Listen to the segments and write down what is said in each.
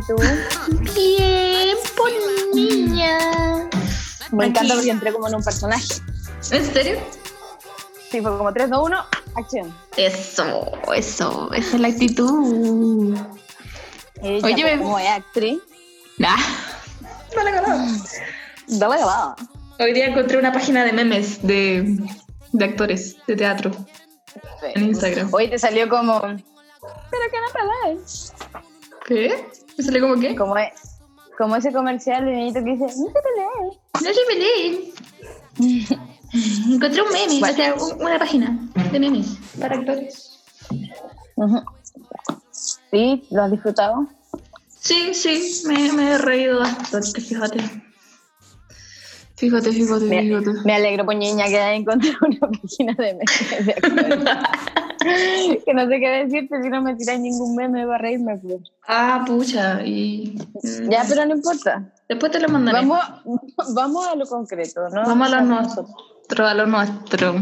tú? Bien, por niña. Me encanta porque entré como en un personaje. ¿En serio? Sí, fue como 3, 2, 1, acción. Eso, esa es la actitud. Ella, Oye, pues, como es actriz. Nah. Dale, ganado. Dale, va. Hoy día encontré una página de memes de actores de teatro en Instagram. Hoy te salió como... ¿Pero qué no pelees? ¿Qué? ¿Me salió como qué? Como ese comercial de niñito que dice, no te pelees. No se peleen. Encontré un meme, Bueno. o sea, una página de memes para actores. Uh-huh. ¿Sí? ¿Lo has disfrutado? Sí, me he reído bastante, fíjate. Fíjate. Me alegro, poñeña, que haya encontrado una página de memes de actores. Que no sé qué decirte si no me tiráis ningún meme para reírme, pues. Ah, pucha, y... Ya, pero no importa. Después te lo mandaré. Vamos a lo concreto, ¿no? Vamos a lo nuestro.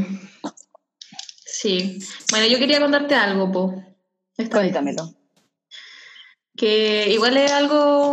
Sí. Bueno, yo quería contarte algo, po. Cuéntamelo. Que igual es algo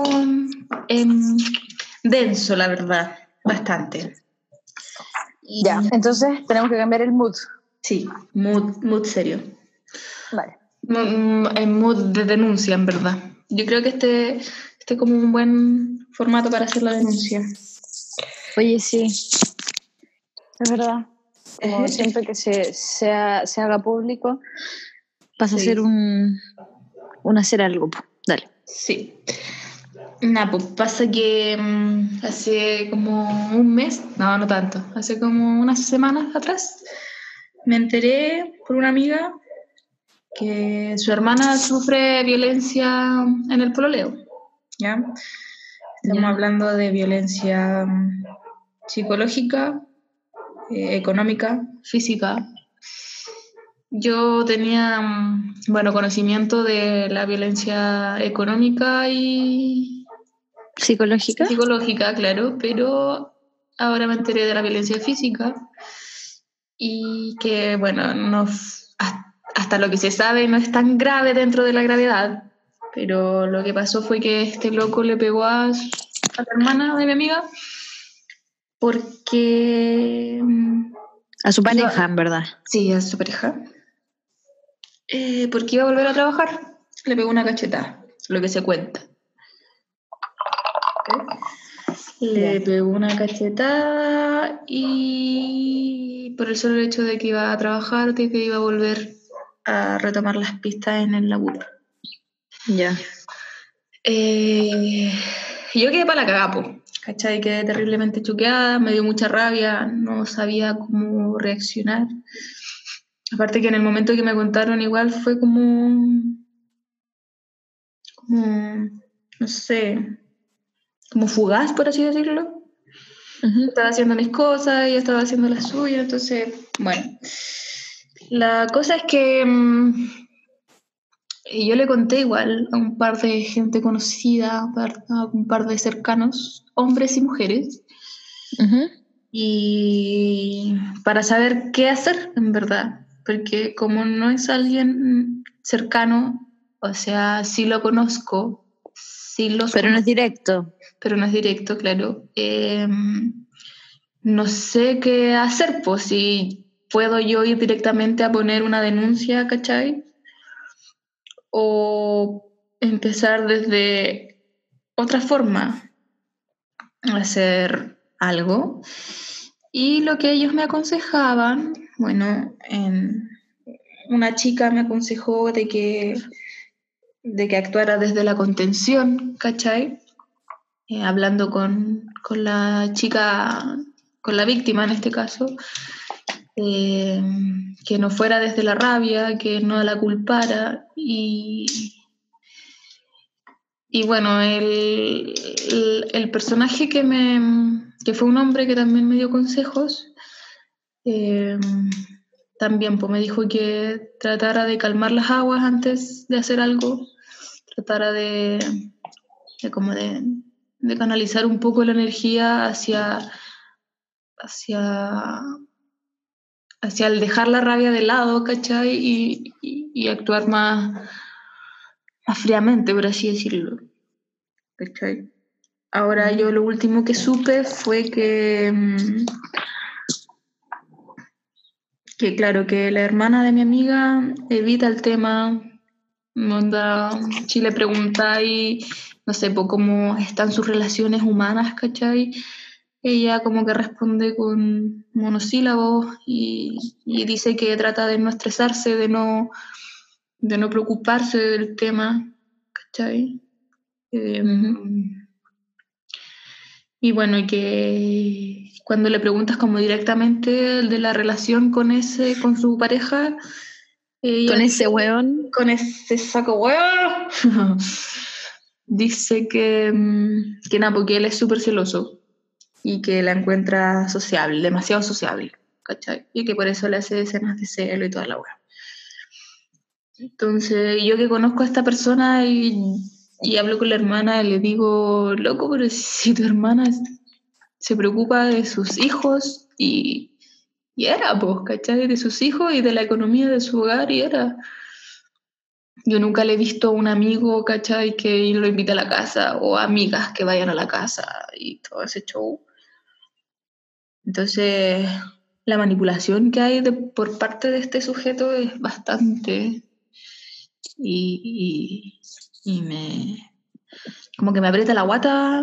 denso, la verdad. Bastante. Ya, entonces tenemos que cambiar el mood. Sí, mood serio. Vale. En mood de denuncia, en verdad. Yo creo que este es como un buen formato para hacer la denuncia. Oye, sí. Es verdad. Como siempre que se haga público, pasa a ser un hacer algo. Dale. Sí. Nada, pues pasa que hace como un mes, no tanto, hace como unas semanas atrás, me enteré por una amiga que su hermana sufre violencia en el pololeo, ¿ya? Estamos hablando de violencia psicológica, económica, física. Yo tenía, conocimiento de la violencia económica y psicológica, claro, pero ahora me enteré de la violencia física y que, bueno, hasta lo que se sabe no es tan grave dentro de la gravedad, pero lo que pasó fue que este loco le pegó a la hermana de mi amiga porque... A su pareja, en verdad. Sí, a su pareja. Porque iba a volver a trabajar. Le pegó una cachetada, lo que se cuenta. Le pegó una cachetada y por el solo hecho de que iba a trabajar, de que iba a volver a retomar las pistas en el laburo. Ya. Yo quedé para la cagada, po, ¿cachai? Quedé terriblemente choqueada, me dio mucha rabia, no sabía cómo reaccionar. Aparte que en el momento que me contaron igual fue como no sé, como fugaz, por así decirlo. Uh-huh. Estaba haciendo mis cosas, ella estaba haciendo las suyas, entonces, bueno. La cosa es que yo le conté igual a un par de gente conocida, a un par de cercanos, hombres y mujeres, uh-huh. Y para saber qué hacer, en verdad, porque como no es alguien cercano, o sea, sí lo conozco, pero no es directo. Pero no es directo, claro. No sé qué hacer, pues si puedo yo ir directamente a poner una denuncia, ¿cachai? O empezar desde otra forma a hacer algo. Y lo que ellos me aconsejaban, bueno, una chica me aconsejó de que actuara desde la contención, ¿cachai? Hablando con la chica, con la víctima en este caso, que no fuera desde la rabia, que no la culpara y bueno, el personaje que fue un hombre que también me dio consejos, también pues, me dijo que tratara de calmar las aguas antes de hacer algo, tratara de canalizar un poco la energía hacia el dejar la rabia de lado, ¿cachai? Y actuar más fríamente, por así decirlo. ¿cachai? Ahora yo lo último que supe fue que claro, que la hermana de mi amiga evita el tema, onda, si le preguntáis, no sé, pues, cómo están sus relaciones humanas, ¿cachai? Ella como que responde con monosílabos y dice que trata de no estresarse, de no preocuparse del tema, ¿cachai? Y bueno, y que cuando le preguntas como directamente de la relación con su pareja, ella Con ese dice, weón. con ese saco huevo, dice que nada, porque él es súper celoso y que la encuentra sociable, demasiado sociable, ¿cachai? Y que por eso le hace escenas de celo y toda la hueá. Entonces, yo que conozco a esta persona y hablo con la hermana, le digo, loco, pero si tu hermana se preocupa de sus hijos y era, pues, ¿cachai? De sus hijos y de la economía de su hogar y era. Yo nunca le he visto a un amigo, ¿cachai? Que lo invita a la casa o amigas que vayan a la casa y todo ese show. Entonces, la manipulación que hay por parte de este sujeto es bastante y me como que me aprieta la guata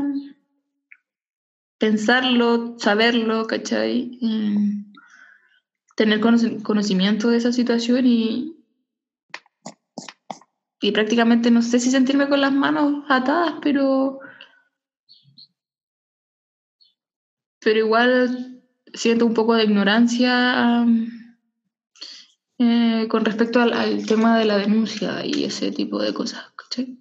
pensarlo, saberlo, ¿cachai? Tener conocimiento de esa situación y prácticamente no sé si sentirme con las manos atadas, pero igual siento un poco de ignorancia con respecto al tema de la denuncia y ese tipo de cosas, ¿cachai?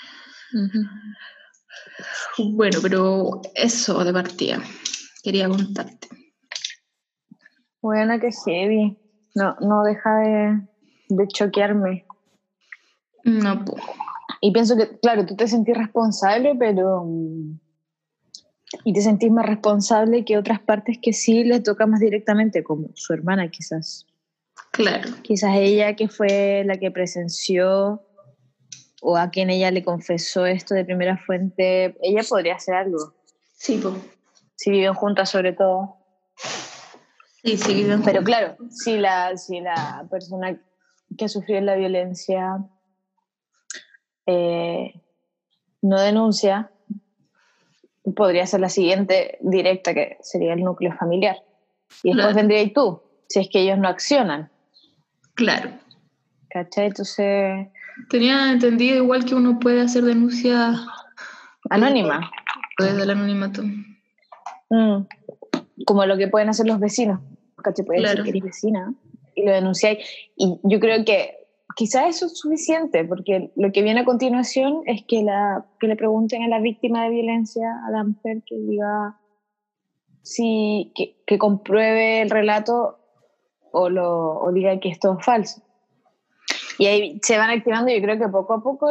Bueno, pero eso de partida quería contarte. Bueno, que heavy. No deja de choquearme. No, po. Y pienso que, claro, tú te sentís responsable, pero... Y te sentís más responsable que otras partes que sí le toca más directamente, como su hermana quizás. Claro. Quizás ella que fue la que presenció o a quien ella le confesó esto de primera fuente, ella podría hacer algo. Sí, po. Si viven juntas sobre todo. Sí, sí, viven Pero juntas. claro, si la persona que sufrió la violencia no denuncia, podría ser la siguiente directa, que sería el núcleo familiar. Y después Claro. vendría y tú, si es que ellos no accionan. Claro. ¿Cachai? Entonces... Tenía entendido igual que uno puede hacer denuncia Anónima. desde el anonimato. Como lo que pueden hacer los vecinos. ¿Cachai? Puedes decir Claro. que eres vecina y lo denunciáis. Y yo creo que quizás eso es suficiente, porque lo que viene a continuación es que le pregunten a la víctima de violencia, a la mujer, que diga que compruebe el relato o diga que esto es falso. Y ahí se van activando, yo creo que poco a poco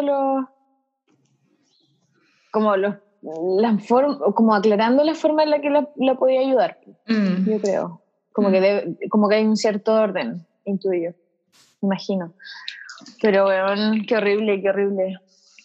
como aclarando la forma en la que la podía ayudar. Yo creo. Como que hay un cierto orden, intuyo, imagino. Pero bueno, qué horrible, qué horrible.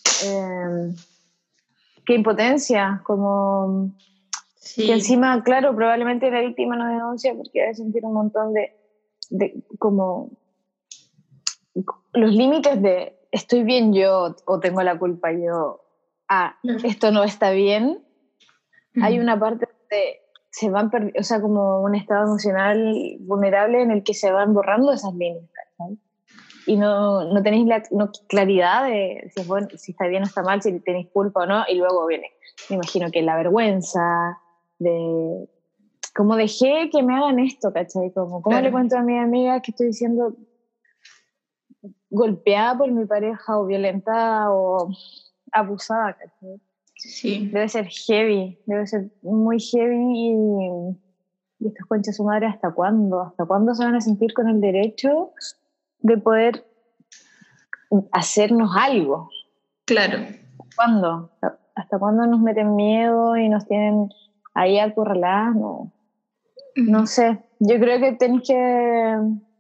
Qué impotencia, como Sí. que encima, claro, probablemente la víctima no denuncia porque debe sentir un montón de como los límites de estoy bien yo o tengo la culpa yo, esto no está bien. Hay una parte donde se van o sea, como un estado emocional vulnerable en el que se van borrando esas líneas, ¿sabes? Y no tenéis la claridad de si, si está bien o está mal, si tenéis culpa o no, y luego viene, me imagino que la vergüenza de cómo dejé que me hagan esto, ¿cachai? ¿Cómo Claro. le cuento a mi amiga que estoy diciendo golpeada por mi pareja o violentada o abusada, ¿cachai? Sí. Debe ser heavy, debe ser muy heavy y estas conchas su madre, ¿hasta cuándo? ¿Hasta cuándo se van a sentir con el derecho de poder hacernos algo? Claro. ¿Cuándo? ¿Hasta cuándo nos meten miedo y nos tienen ahí acorraladas? No sé, yo creo que tenéis que...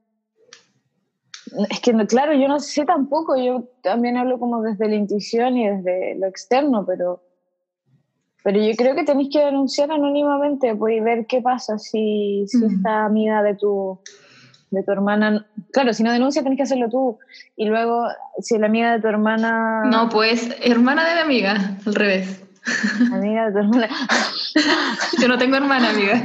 Es que, claro, yo no sé tampoco, yo también hablo como desde la intuición y desde lo externo, pero Pero yo creo que tenéis que denunciar anónimamente, pues, y ver qué pasa si esta amiga de tu hermana... Claro, si no denuncia tenés que hacerlo tú. Y luego, si la amiga de tu hermana... No, pues, hermana de mi amiga, al revés. Amiga de tu hermana... Yo no tengo hermana, amiga.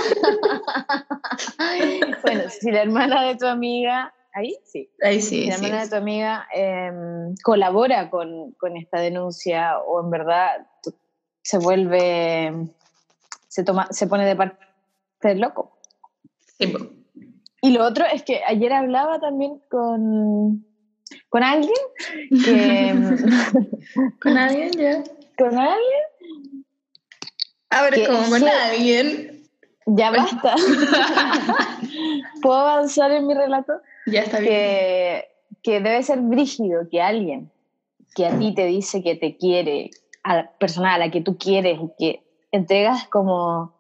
Bueno, si la hermana de tu amiga... Ahí sí. Ahí sí, Si la sí. hermana de tu amiga colabora con esta denuncia o en verdad se vuelve... Se pone de parte del loco. Sí, po. Y lo otro es que ayer hablaba también con alguien que... ¿Con alguien ya? con alguien A ver, que como con alguien. ya basta. ¿Puedo avanzar en mi relato? Ya está bien. Que debe ser brígido que alguien que a ti te dice que te quiere, a la persona a la que tú quieres y que entregas como...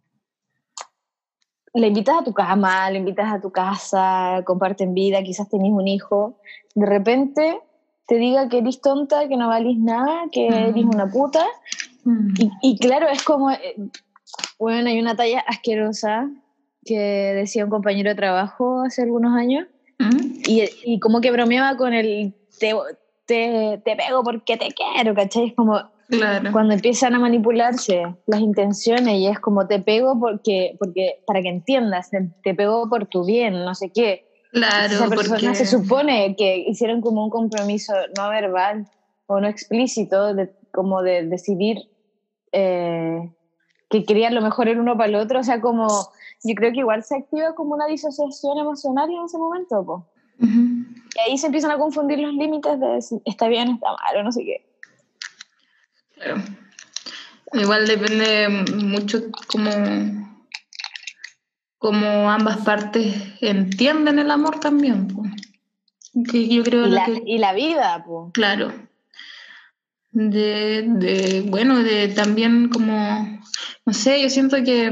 Le invitas a tu cama, le invitas a tu casa, comparten vida, quizás tenés un hijo, de repente te diga que eres tonta, que no valís nada, que eres una puta. Y claro, es como, bueno, hay una talla asquerosa que decía un compañero de trabajo hace algunos años, y como que bromeaba con el te pego porque te quiero, ¿cachai? Es como Claro. cuando empiezan a manipularse las intenciones y es como te pego porque para que entiendas, te pego por tu bien, no sé qué. Claro, Esa persona porque... se supone que hicieron como un compromiso no verbal o no explícito, como de decidir que querían lo mejor el uno para el otro, o sea, como yo creo que igual se activa como una disociación emocional en ese momento, po. Y ahí se empiezan a confundir los límites de decir, está bien, está mal, o no sé qué. Claro. Igual depende mucho como ambas partes entienden el amor también, po. Que yo creo y la vida, po. Claro. Bueno, de también como, no sé, yo siento que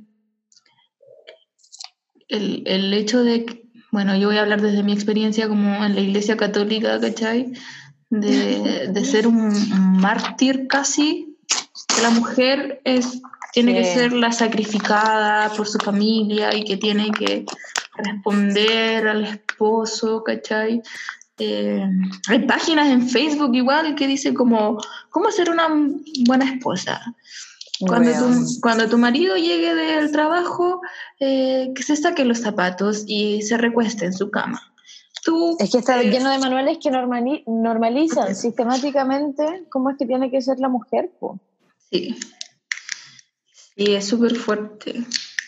el hecho de, bueno, yo voy a hablar desde mi experiencia como en la Iglesia Católica, ¿cachai? De ser un mártir casi, que la mujer tiene que ser la sacrificada por su familia y que tiene que responder al esposo, ¿cachai? Hay páginas en Facebook igual que dicen como cómo ser una buena esposa. Cuando tu marido llegue del trabajo, que se saque los zapatos y se recueste en su cama. Es que está lleno de manuales que normalizan sistemáticamente cómo es que tiene que ser la mujer, po. Sí. Sí, es súper fuerte.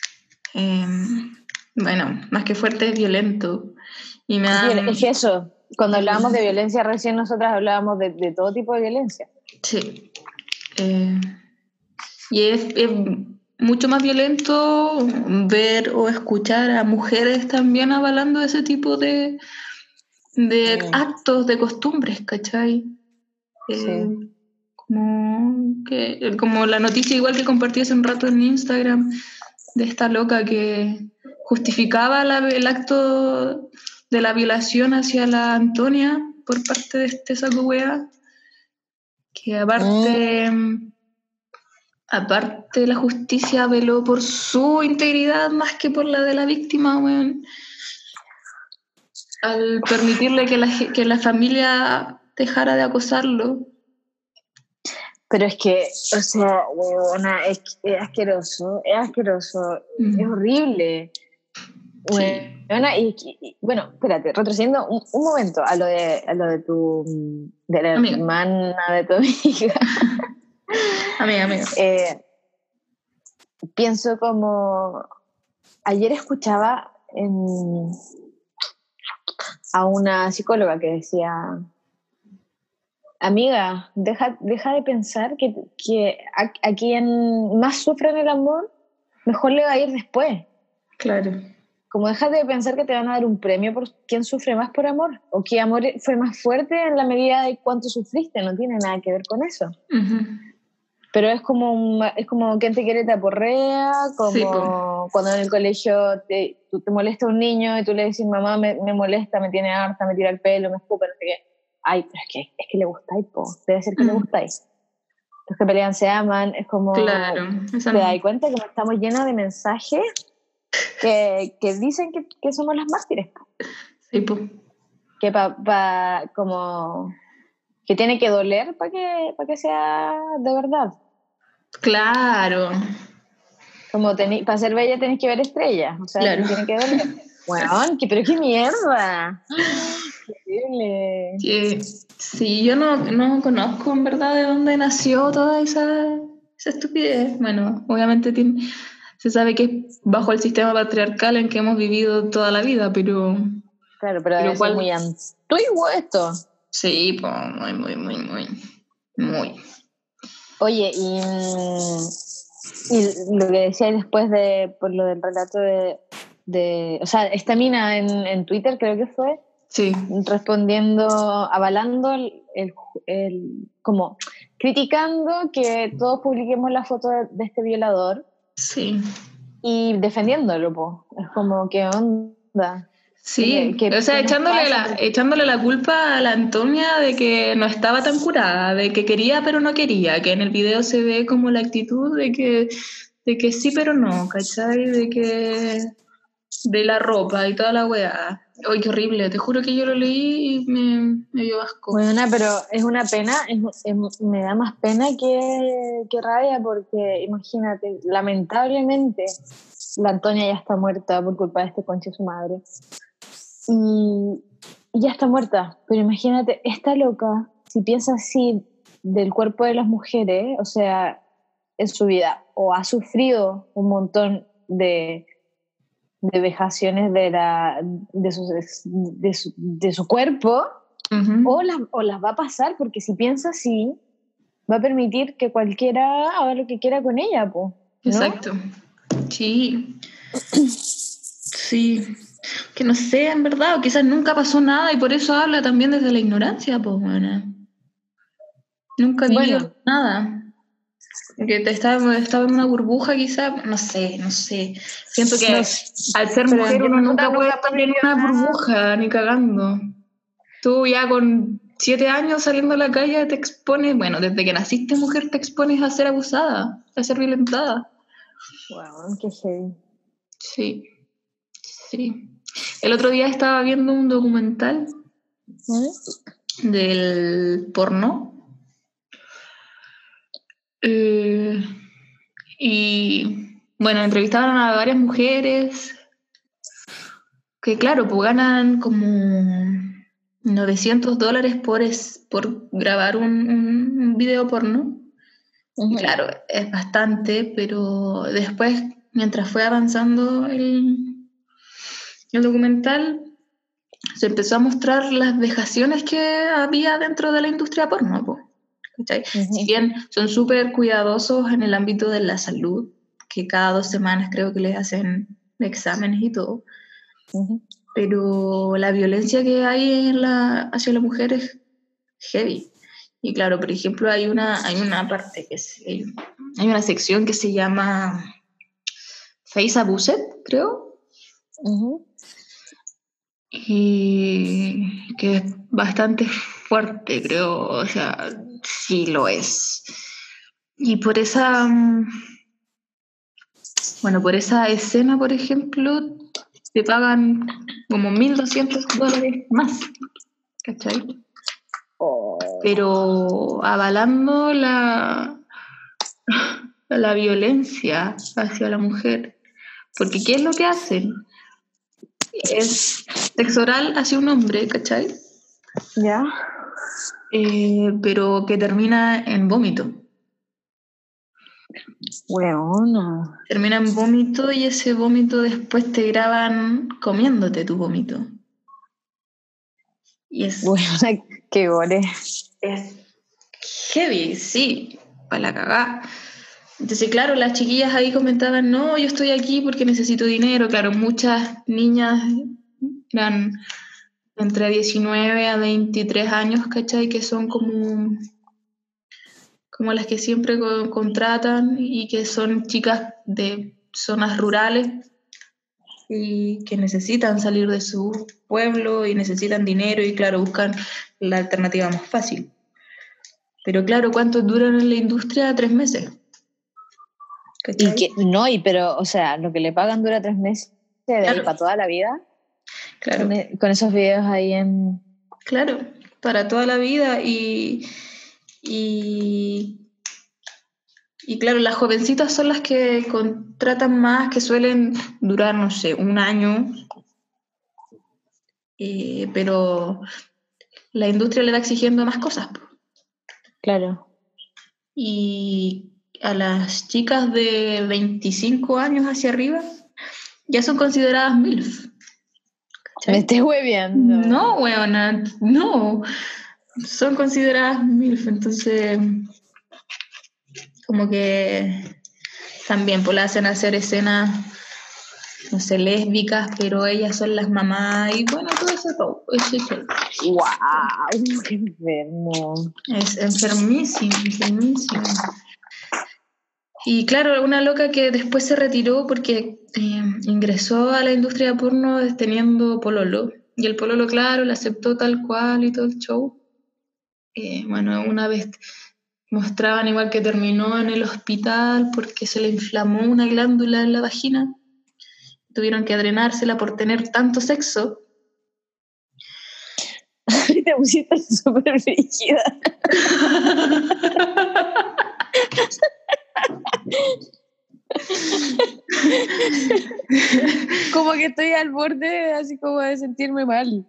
Bueno, más que fuerte es violento. Y me da... Es que eso, cuando hablábamos de violencia recién nosotras hablábamos de todo tipo de violencia. Sí. Y es mucho más violento ver o escuchar a mujeres también avalando ese tipo de actos, de costumbres, ¿cachai? Sí. Como la noticia igual que compartí hace un rato en Instagram de esta loca que justificaba el acto de la violación hacia la Antonia por parte de este saco wea, que aparte la justicia veló por su integridad más que por la de la víctima, weón. Al permitirle que la familia dejara de acosarlo. Pero es que, o sea, huevona, es asqueroso, es horrible. Sí. Bueno, espérate, retrocediendo un momento a lo de de la Amiga. hermana de tu amiga. Amiga. Pienso como, ayer escuchaba a una psicóloga que decía, amiga, deja de pensar que a quien más sufre en el amor, mejor le va a ir después. Claro. Como deja de pensar que te van a dar un premio por quién sufre más por amor, o que amor fue más fuerte en la medida de cuánto sufriste, no tiene nada que ver con eso. Pero es como quien te quiere te aporrea, como cuando en el colegio te molesta un niño y tú le dices, mamá, me molesta, me tiene harta, me tira el pelo, me escupe, no sé qué. Ay, pero es que le gustáis, po. Debe ser que le gustáis. los que pelean se aman, es como, Claro, esa te no. das cuenta que estamos llenos de mensajes que dicen que somos las mártires, Sí, po. que como que tiene que doler para que sea de verdad. Claro, Como para ser bella tenés que ver estrellas, o sea, claro. te tiene que doler. Weón, pero qué mierda. Qué horrible. Sí, yo no conozco en verdad de dónde nació toda esa estupidez. Bueno, obviamente se sabe que es bajo el sistema patriarcal en que hemos vivido toda la vida, Claro, pero pero debe ser muy igual, antiguo esto. sí, pues, muy, muy, muy, muy, muy. Oye, y lo que decía después por lo del relato o sea, esta mina en Twitter creo que fue, Sí, respondiendo, avalando como criticando que todos publiquemos la foto de este violador sí. y defendiéndolo, po. Es como, ¿qué onda? Sí, o sea, ¿Qué nos pasa? echándole la culpa a la Antonia de que no estaba tan curada, de que quería pero no quería, que en el video se ve como la actitud de que sí pero no, ¿cachai? De la ropa y toda la weá. Ay, qué horrible, te juro que yo lo leí y me dio asco. Bueno, pero es una pena, me da más pena que rabia porque imagínate, lamentablemente la Antonia ya está muerta por culpa de este conche de su madre. Y ya está muerta, pero imagínate, esta loca, si piensa así del cuerpo de las mujeres, o sea, en su vida, o ha sufrido un montón de vejaciones de su cuerpo, Ujú. o las va a pasar, porque si piensa así, va a permitir que cualquiera haga lo que quiera con ella, po, ¿no? Exacto. Sí, sí. Que no sé, en verdad, o quizás nunca pasó nada y por eso habla también desde la ignorancia, pues, bueno. Nunca he vivido Bueno, nada. Que estaba en una burbuja quizá, no sé, no sé. Siento no que sé, al ser pero mujer uno nosotras nunca puede nunca hemos estar en vivido una nada. burbuja, ni cagando. Tú ya con 7 años saliendo a la calle te expones, bueno, desde que naciste mujer te expones a ser abusada, a ser violentada. Wow, qué heavy. Sí, sí. El otro día estaba viendo un documental ¿Mm? del porno. eh, y bueno, entrevistaron a varias mujeres que claro, pues ganan como $900 por grabar un video porno. Y Ujú. claro, es bastante, pero después, mientras fue avanzando el documental, se empezó a mostrar las vejaciones que había dentro de la industria porno, po, ¿cachai? Si Ujú. bien son súper cuidadosos en el ámbito de la salud, que cada 2 semanas creo que les hacen exámenes y todo, Ujú. pero la violencia que hay hacia la mujer es heavy. Y claro, por ejemplo, hay una parte hay una sección que se llama Face Abused, creo, Ujú. y que es bastante fuerte, creo, o sea, sí lo es. Y por esa escena, por ejemplo, te pagan como $1,200 más, ¿cachai? Oh. Pero avalando la violencia hacia la mujer. Porque ¿qué es lo que hacen? Es sexo oral hacia un hombre, ¿cachai? ¿Ya? Pero que termina en vómito. Weona. Termina en vómito y ese vómito después te graban comiéndote tu vómito. Y Weona, qué gore. es heavy, sí, para la cagá. Entonces, claro, las chiquillas ahí comentaban, no, yo estoy aquí porque necesito dinero. Claro, muchas niñas eran entre 19 a 23 años, ¿cachai? Que son como las que siempre contratan y que son chicas de zonas rurales y que necesitan salir de su pueblo y necesitan dinero y claro, buscan la alternativa más fácil. Pero claro, ¿cuánto duran en la industria? 3 meses. Y que, no, pero, o sea, lo que le pagan dura 3 meses, de ahí Claro. para toda la vida. Claro. Con esos videos ahí en... Claro, para toda la vida y claro, las jovencitas son las que contratan más, que suelen durar, no sé, 1 año, pero la industria le va exigiendo más cosas. Claro. Y a las chicas de 25 años hacia arriba ya son consideradas MILF. ¿Cachai? Me estés hueveando. No, weona, no. Son consideradas MILF, entonces como que también pues la hacen hacer escenas, no sé, lésbicas, pero ellas son las mamás y bueno, todo eso. ¡Wow! ¡Qué enfermo! Es enfermísimo, enfermísimo. Y claro, una loca que después se retiró porque ingresó a la industria porno teniendo pololo. Y el pololo, claro, la aceptó tal cual y todo el show. Bueno, una vez mostraban igual que terminó en el hospital porque se le inflamó una glándula en la vagina. Tuvieron que drenársela por tener tanto sexo. Te pusiste súper rígida. Como que estoy al borde, así como de sentirme mal.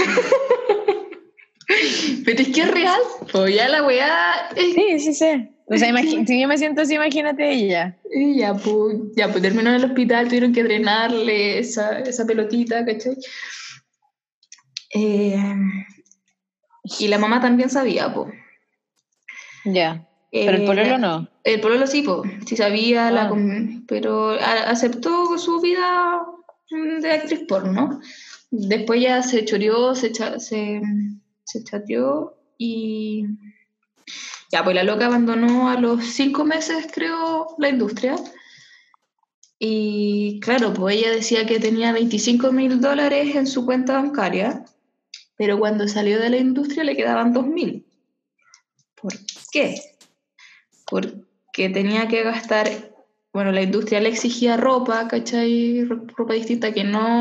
Pero es que es real, pues ya la weá. Sí. O sea, si yo me siento así, imagínate ella. Y ya, pues terminó en el hospital, tuvieron que drenarle esa pelotita, ¿cachai? Y la mamá también sabía, pues. Ya. Pero el pololo no. El pololo sí, pues. Sí sabía, pero aceptó su vida de actriz porno. Después ya se choreó, se chateó y ya, pues la loca abandonó a los 5 meses, creo, la industria. Y claro, pues ella decía que tenía $25,000 en su cuenta bancaria, pero cuando salió de la industria le quedaban 2,000. ¿Por qué? Porque tenía que gastar, bueno, la industria le exigía ropa, ¿cachai? Ropa distinta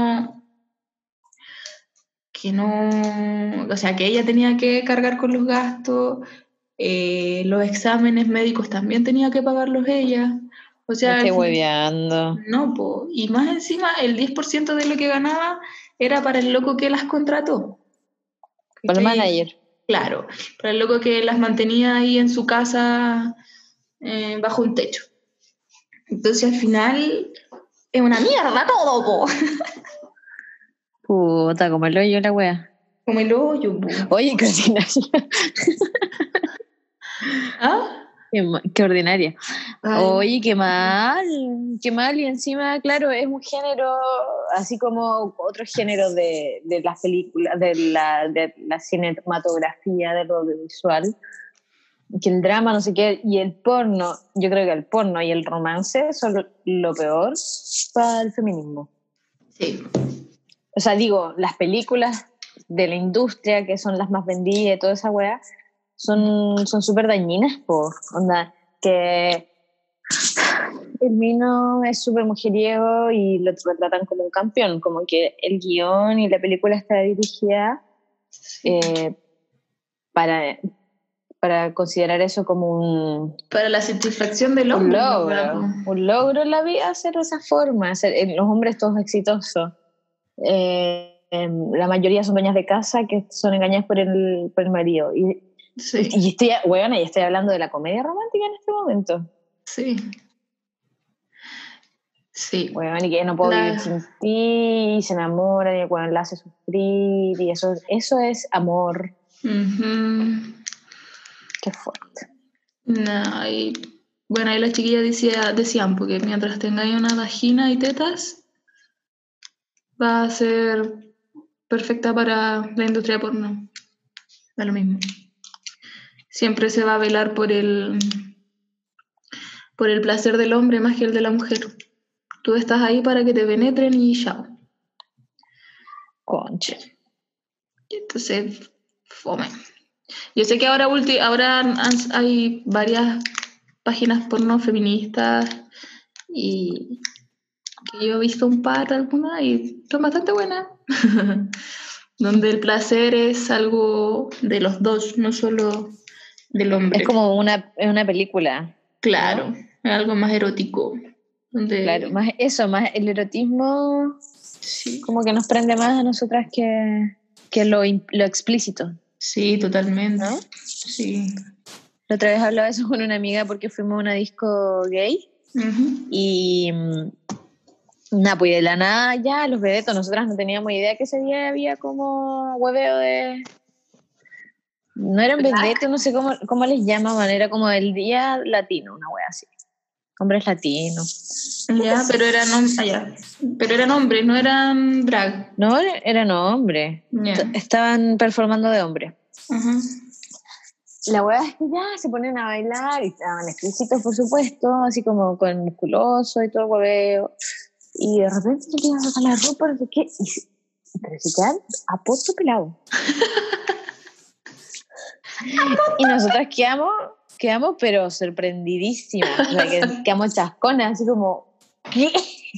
o sea, que ella tenía que cargar con los gastos, los exámenes médicos también tenía que pagarlos ella. O sea, me estoy hueveando. no, po. Y más encima, el 10% de lo que ganaba era para el loco que las contrató. Para el manager. Claro, para el loco que las mantenía ahí en su casa bajo un techo. Entonces al final es una mierda todo, po. Puta, como el hoyo la wea. Como el hoyo, po. Oye, qué ordinaria. ¿Ah? Qué ordinaria. Ay, Oye, qué mal. Y encima, claro, es un género, así como otros géneros de las películas, de la cinematografía, del audiovisual, que el drama, no sé qué, y el porno, yo creo que el porno y el romance son lo peor para el feminismo. sí. O sea, digo, las películas de la industria, que son las más vendidas y toda esa weá, son súper dañinas, por onda, que el Mino es súper mujeriego y lo tratan como un campeón, como que el guión y la película está dirigida para considerar eso como para la satisfacción del hombre. un logro en la vida, hacer de esa forma, los hombres todos exitosos. La mayoría son dueñas de casa que son engañadas por el marido. Sí. Y estoy hablando de la comedia romántica en este momento. Sí. Sí. Bueno, y que no puedo vivir sin ti, y se enamoran, y bueno, la hace sufrir, y eso es amor. Uh-huh. Qué fuerte. No, y bueno, ahí las chiquillas decían, porque mientras tengáis una vagina y tetas, va a ser perfecta para la industria porno. Da lo mismo. Siempre se va a velar por el placer del hombre más que el de la mujer. Tú estás ahí para que te penetren y chao. Concha. Entonces, fome. Yo sé que ahora hay varias páginas porno feministas y que yo he visto un par algunas y son bastante buenas. Donde el placer es algo de los dos, no solo del hombre. Es como una película. Claro, ¿no? es algo más erótico. Claro, más el erotismo sí. Como que nos prende más a nosotras que lo explícito. Sí, totalmente. ¿No? Sí. La otra vez hablaba eso con una amiga porque fuimos a una disco gay y nada, pues de la nada ya los vedetos, nosotras no teníamos idea que ese día había como hueveo de... No eran vedetos, no sé cómo les llamaban, era como el día latino, una wea así. Hombres latinos. Ya, pero eran hombres, no eran drag. No, eran hombres. Yeah. Estaban performando de hombre. Uh-huh. La wea es que ya se ponen a bailar y estaban explícitos, por supuesto, así como con musculoso y todo el hueveo. Y de repente se empiezan a sacar la ropa, no sé qué, pero se quedan a poto pelado. Y nosotras quedamos pero sorprendidísimas, o sea, quedamos chasconas, así como, ¿qué?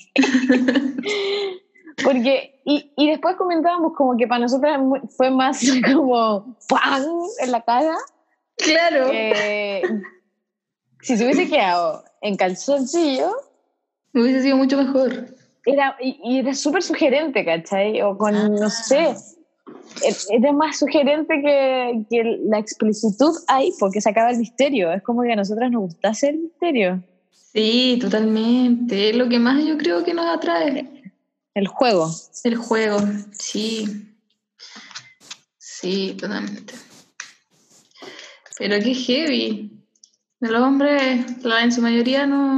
Porque, y después comentábamos como que para nosotras fue más como ¡pam! En la cara. Claro. Si se hubiese quedado en calzoncillo, hubiese sido mucho mejor. Y era súper sugerente, ¿cachai? O con, no sé, era más sugerente que la explicitud ahí, porque se acaba el misterio. Es como que a nosotras nos gusta hacer misterio. Sí, totalmente. Es lo que más yo creo que nos atrae. El juego. El juego, sí. Sí, totalmente. Pero qué heavy. Los hombres, en su mayoría, no,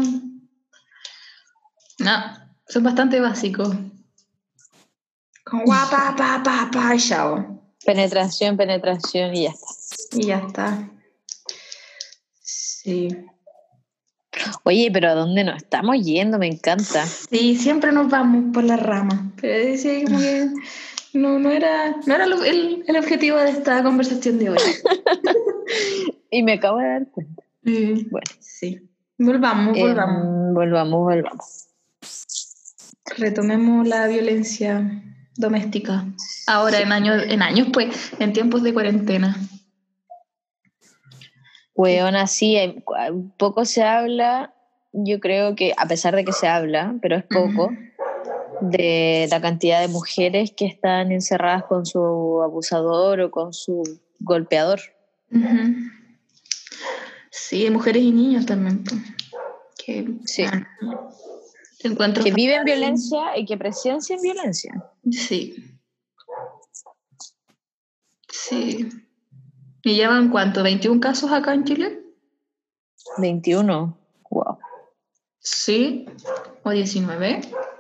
son bastante básicos. Con guapa, pa, chao. Penetración y ya está. Y ya está. Sí. Oye, pero ¿a dónde nos estamos yendo? Me encanta. Sí, siempre nos vamos por la rama. Pero decía como que no era el objetivo de esta conversación de hoy. Y me acabo de dar cuenta. Bueno, sí. Volvamos. Volvamos. Retomemos la violencia doméstica. Ahora, en años, pues, en tiempos de cuarentena. Weona, sí, poco se habla, yo creo que, a pesar de que se habla, pero es poco, de la cantidad de mujeres que están encerradas con su abusador o con su golpeador. Sí, mujeres y niños también. Que, sí. Que viven violencia y que presencian violencia. Sí. Sí. ¿Y llevan cuánto? ¿21 casos acá en Chile? 21. Wow. Sí. ¿O 19?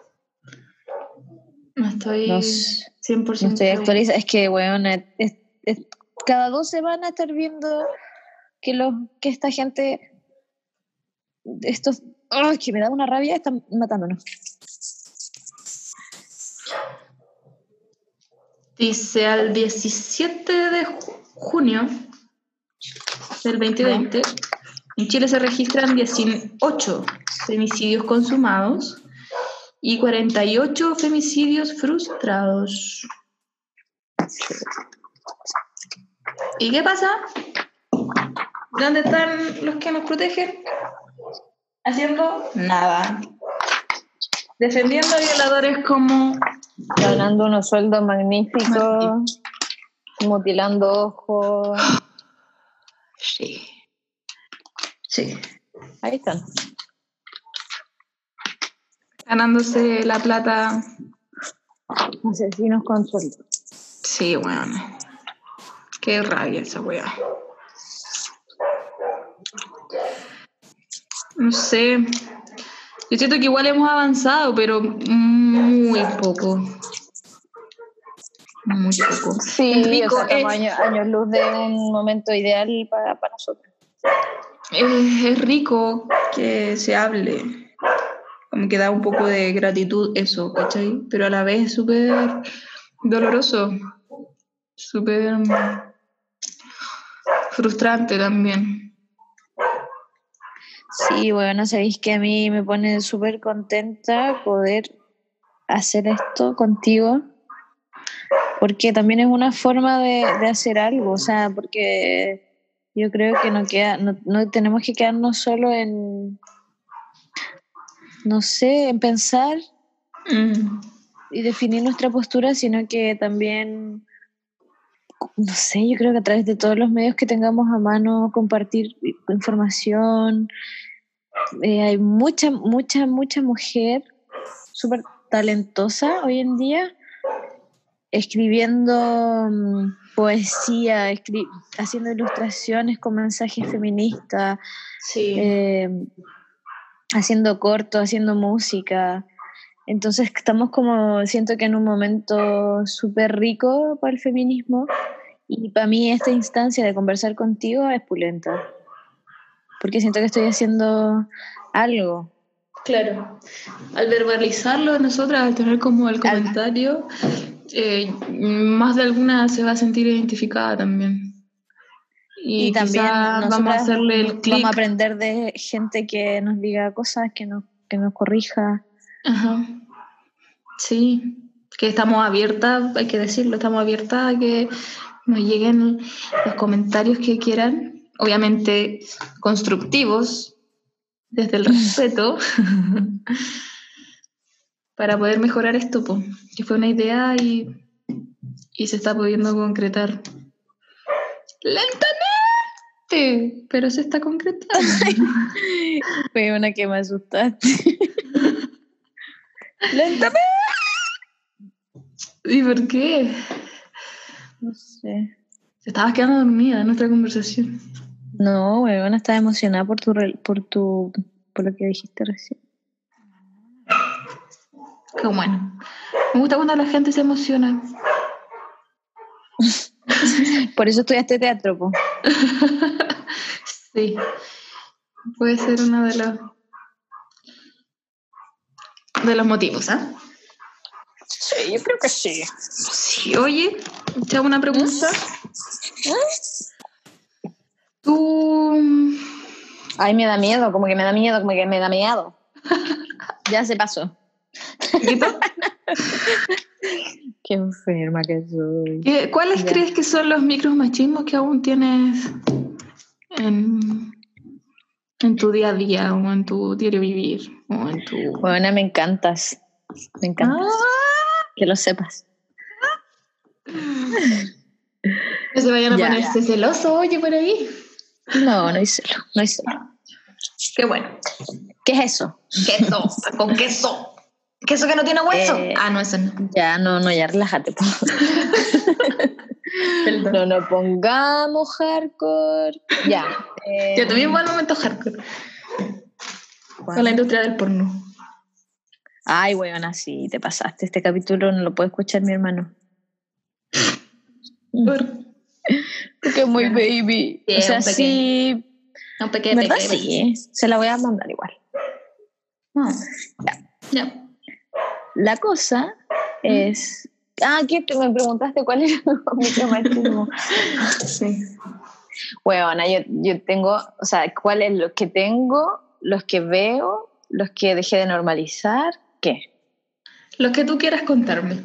No estoy 100% no estoy actualizada. Es que, weón, cada 2 semanas estar viendo que esta gente, estos, que me da una rabia, están matándonos. Dice al 17 de junio del 2020, en Chile se registran 18 femicidios consumados y 48 femicidios frustrados. ¿Y qué pasa? ¿Dónde están los que nos protegen? Haciendo nada. Defendiendo a violadores como... Ganando unos sueldos magníficos, mutilando ojos. Sí. Ahí están. Ganándose la plata. Asesinos con sueldo. Sí, bueno. Qué rabia esa weá. No sé. Yo siento que igual hemos avanzado, pero muy poco. Muy poco. Sí, rico, o sea, estamos años luz de un momento ideal para nosotros. Es rico que se hable. Como que da un poco de gratitud eso, ¿cachai? Pero a la vez es súper doloroso. Súper... frustrante también. Sí, bueno, sabéis que a mí me pone súper contenta poder hacer esto contigo, porque también es una forma de hacer algo, o sea, porque yo creo que no tenemos que quedarnos solo en, no sé, en pensar y definir nuestra postura, sino que también, no sé, yo creo que a través de todos los medios que tengamos a mano, compartir información. Hay mucha mujer súper talentosa hoy en día, escribiendo poesía, haciendo ilustraciones con mensajes feministas, Sí. haciendo cortos, haciendo música. Entonces estamos como, siento que en un momento súper rico para el feminismo, y para mí esta instancia de conversar contigo es pulenta, porque siento que estoy haciendo algo. Claro, al verbalizarlo nosotras, al tener como el comentario, más de alguna se va a sentir identificada también. Y Y también quizás vamos a nosotras hacerle el vamos a clic. aprender de gente que nos diga cosas, que nos corrija. Ajá. Sí, que estamos abiertas, hay que decirlo, estamos abiertas a que nos lleguen los comentarios que quieran, obviamente constructivos, desde el respeto, para poder mejorar esto, po, que fue una idea y se está pudiendo concretar lentamente, pero se está concretando. Fue una que me asustaste. Lentamente. ¿Y por qué? No sé. Te estabas quedando dormida en nuestra conversación. No, weón, estaba emocionada por lo que dijiste recién. Qué bueno. Me gusta cuando la gente se emociona. Por eso estudiaste teatro, po. Sí, puede ser uno de los motivos, ¿ah? Sí, yo creo que sí. Sí, oye, te hago una pregunta. Tú... Ay, me da miedo, como que me da miedo, como que me da miedo. Ya se pasó. ¿Poquito? Qué enferma que soy. ¿Cuáles Ya. crees que son los micromachismos que aún tienes en tu día a día o en tu diario vivir o en tu... Bueno, me encantas. Me encantas. ¡Ah! Que lo sepas. Que se vayan a Ya. ponerse celoso, oye, por ahí. No, no hay celo, no hay celo. Qué bueno. ¿Qué es eso? Queso, con queso. ¿Queso que no tiene hueso? No, eso no. Ya, no, ya, relájate. Po. Perdón. No pongamos hardcore. Ya. Yo también voy al momento hardcore. Con la industria del porno. Ay, weona, sí, te pasaste. Este capítulo no lo puede escuchar mi hermano. Porque es muy baby. Sí, O sea, un pequeño. sí. Un pequeño. ¿Verdad? Sí. Se la voy a mandar igual. Ya. La cosa es... ¿qué me preguntaste cuál era el micromachismo? Sí. Bueno, yo tengo, o sea, ¿cuál es los que tengo, los que veo, los que dejé de normalizar? ¿Qué? Lo que tú quieras contarme.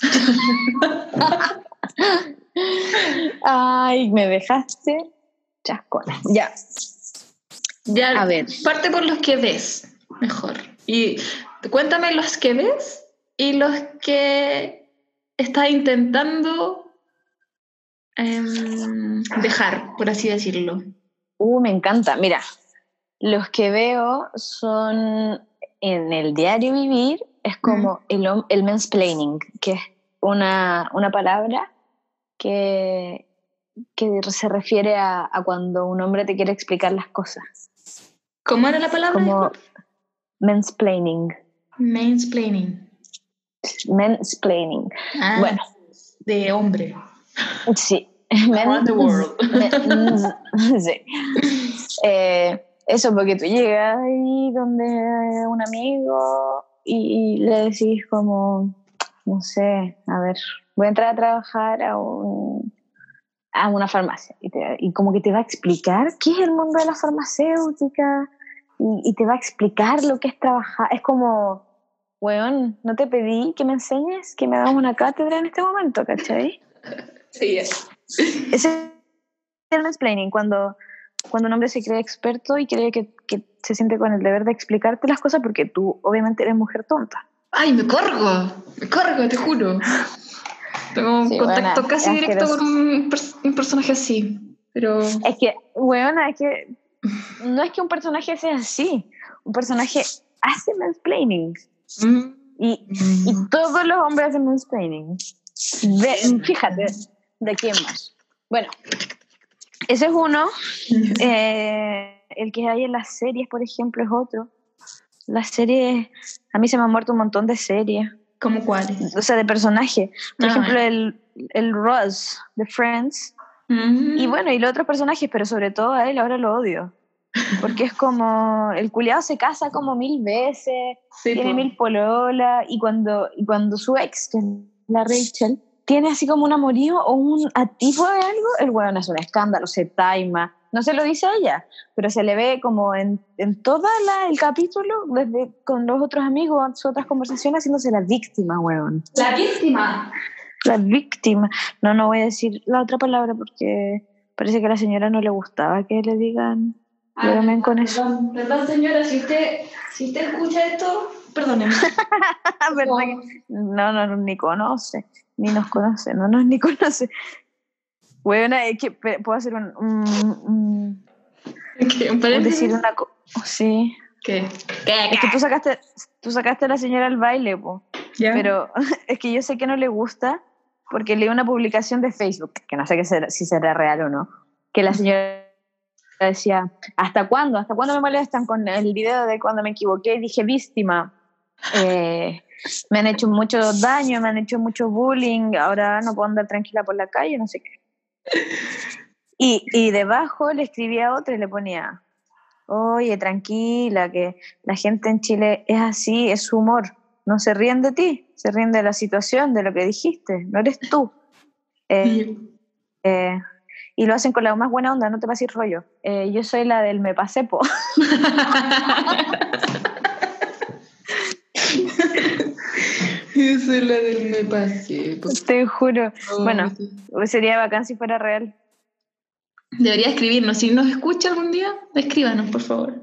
Ay, me dejaste chascona. Ya. Ya, A ver. parte por los que ves, mejor. Y cuéntame los que ves y los que estás intentando dejar, por así decirlo. Me encanta. Mira, los que veo son en el diario vivir, es como el mansplaining, que es una palabra que se refiere a cuando un hombre te quiere explicar las cosas. ¿Cómo era la palabra? Como mansplaining. Mansplaining. Mansplaining. Bueno. De hombre. Sí. Around the world. Sí. Eso, porque tú llegas ahí donde un amigo y le decís como, no sé, a ver, voy a entrar a trabajar a una farmacia y como que te va a explicar qué es el mundo de la farmacéutica y te va a explicar lo que es trabajar. Es como, weón, no te pedí que me enseñes, que me hagas una cátedra en este momento, ¿cachai? Sí, es. Ese es el mansplaining, cuando un hombre se cree experto y cree que se siente con el deber de explicarte las cosas porque tú obviamente eres mujer tonta. ¡Ay, me corgo, te juro! Tengo un contacto casi directo con un personaje así, pero... Es que, weona, es que no es que un personaje sea así, un personaje hace mansplaining. Y todos los hombres hacen mansplaining. Fíjate, ¿de quién más? Bueno, ese es uno. El que hay en las series, por ejemplo, es otro. Las series, a mí se me han muerto un montón de series. ¿Cómo cuáles? O sea, de personaje. Por ejemplo, el Ross de Friends. Y bueno, y los otros personajes, pero sobre todo a él ahora lo odio. Porque es como, el culiado se casa como 1000 veces, sí, tiene 1000 pololas, y cuando su ex, que es la Rachel, tiene así como un amorío o un atisbo de algo, el weón es un escándalo, se taima. No se lo dice a ella, pero se le ve como en todo el capítulo, desde con los otros amigos, en sus otras conversaciones, haciéndose la víctima, weón. ¡La víctima! La víctima. No voy a decir la otra palabra porque parece que a la señora no le gustaba que le digan... con eso. Perdón, señora, si usted escucha esto, perdóneme. No, ni conoce, ni nos conoce, ni conoce. Bueno, es que puedo hacer un decir una cosa. Sí. ¿Qué? Es que tú sacaste a la señora al baile, po. ¿Ya? Pero es que yo sé que no le gusta porque leí una publicación de Facebook, que no sé si será real o no, que la señora decía, ¿hasta cuándo me molestan con el video de cuando me equivoqué y dije víctima? Me han hecho mucho daño, me han hecho mucho bullying, ahora no puedo andar tranquila por la calle, no sé qué. Y debajo le escribía otra y le ponía, oye, tranquila, que la gente en Chile es así, es su humor, no se ríen de ti, se ríen de la situación, de lo que dijiste, no eres tú. Y lo hacen con la más buena onda, no te pases rollo. Yo soy la del me pasé, po. Yo soy la del me pasé, po. Te juro. Oh, bueno, sería bacán si fuera real. Debería escribirnos. Si nos escucha algún día, escríbanos, por favor.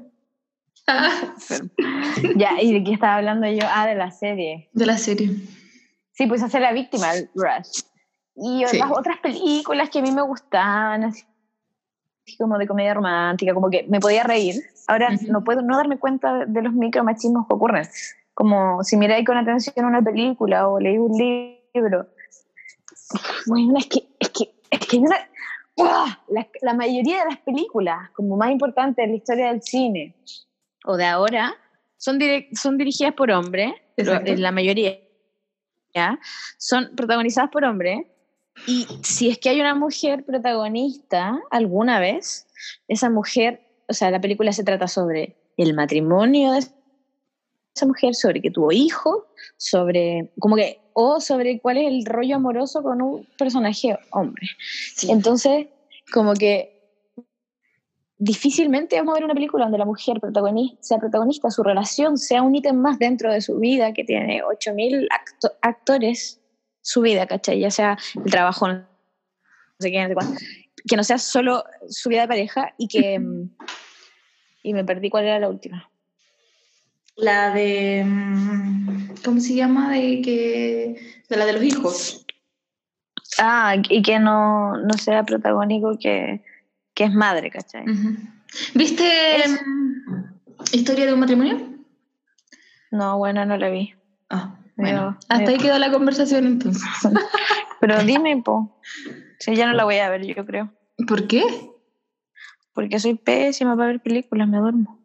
Ya, ¿y de qué estaba hablando yo? De la serie. De la serie. Sí, pues hace la víctima, el Rush. Y sí, las otras películas que a mí me gustaban, así como de comedia romántica, como que me podía reír. Ahora no puedo no darme cuenta de los micromachismos que ocurren. Como si miráis con atención una película o leí un libro. Bueno, es que hay una... La mayoría de las películas, como más importantes en la historia del cine, o de ahora, son dirigidas por hombres, la mayoría, ¿ya? Son protagonizadas por hombres. Y si es que hay una mujer protagonista alguna vez, esa mujer, o sea, la película se trata sobre el matrimonio de esa mujer, sobre que tuvo hijos, sobre cuál es el rollo amoroso con un personaje hombre. Sí. Entonces, como que difícilmente vamos a ver una película donde la mujer sea protagonista, su relación sea un ítem más dentro de su vida, que tiene 8000 actores, su vida, ¿cachai? Ya sea el trabajo, no sé qué, no sé cuánto, que no sea solo su vida de pareja y que... y me perdí cuál era la última. La de... ¿cómo se llama? De la de los hijos. Y que no sea protagónico, que es madre, ¿cachai? Uh-huh. ¿Viste Historia de un matrimonio? No, bueno, no la vi. Bueno, hasta ahí quedó la conversación entonces. Pero dime, po. Sí, ya no la voy a ver, yo creo. ¿Por qué? Porque soy pésima para ver películas, me duermo.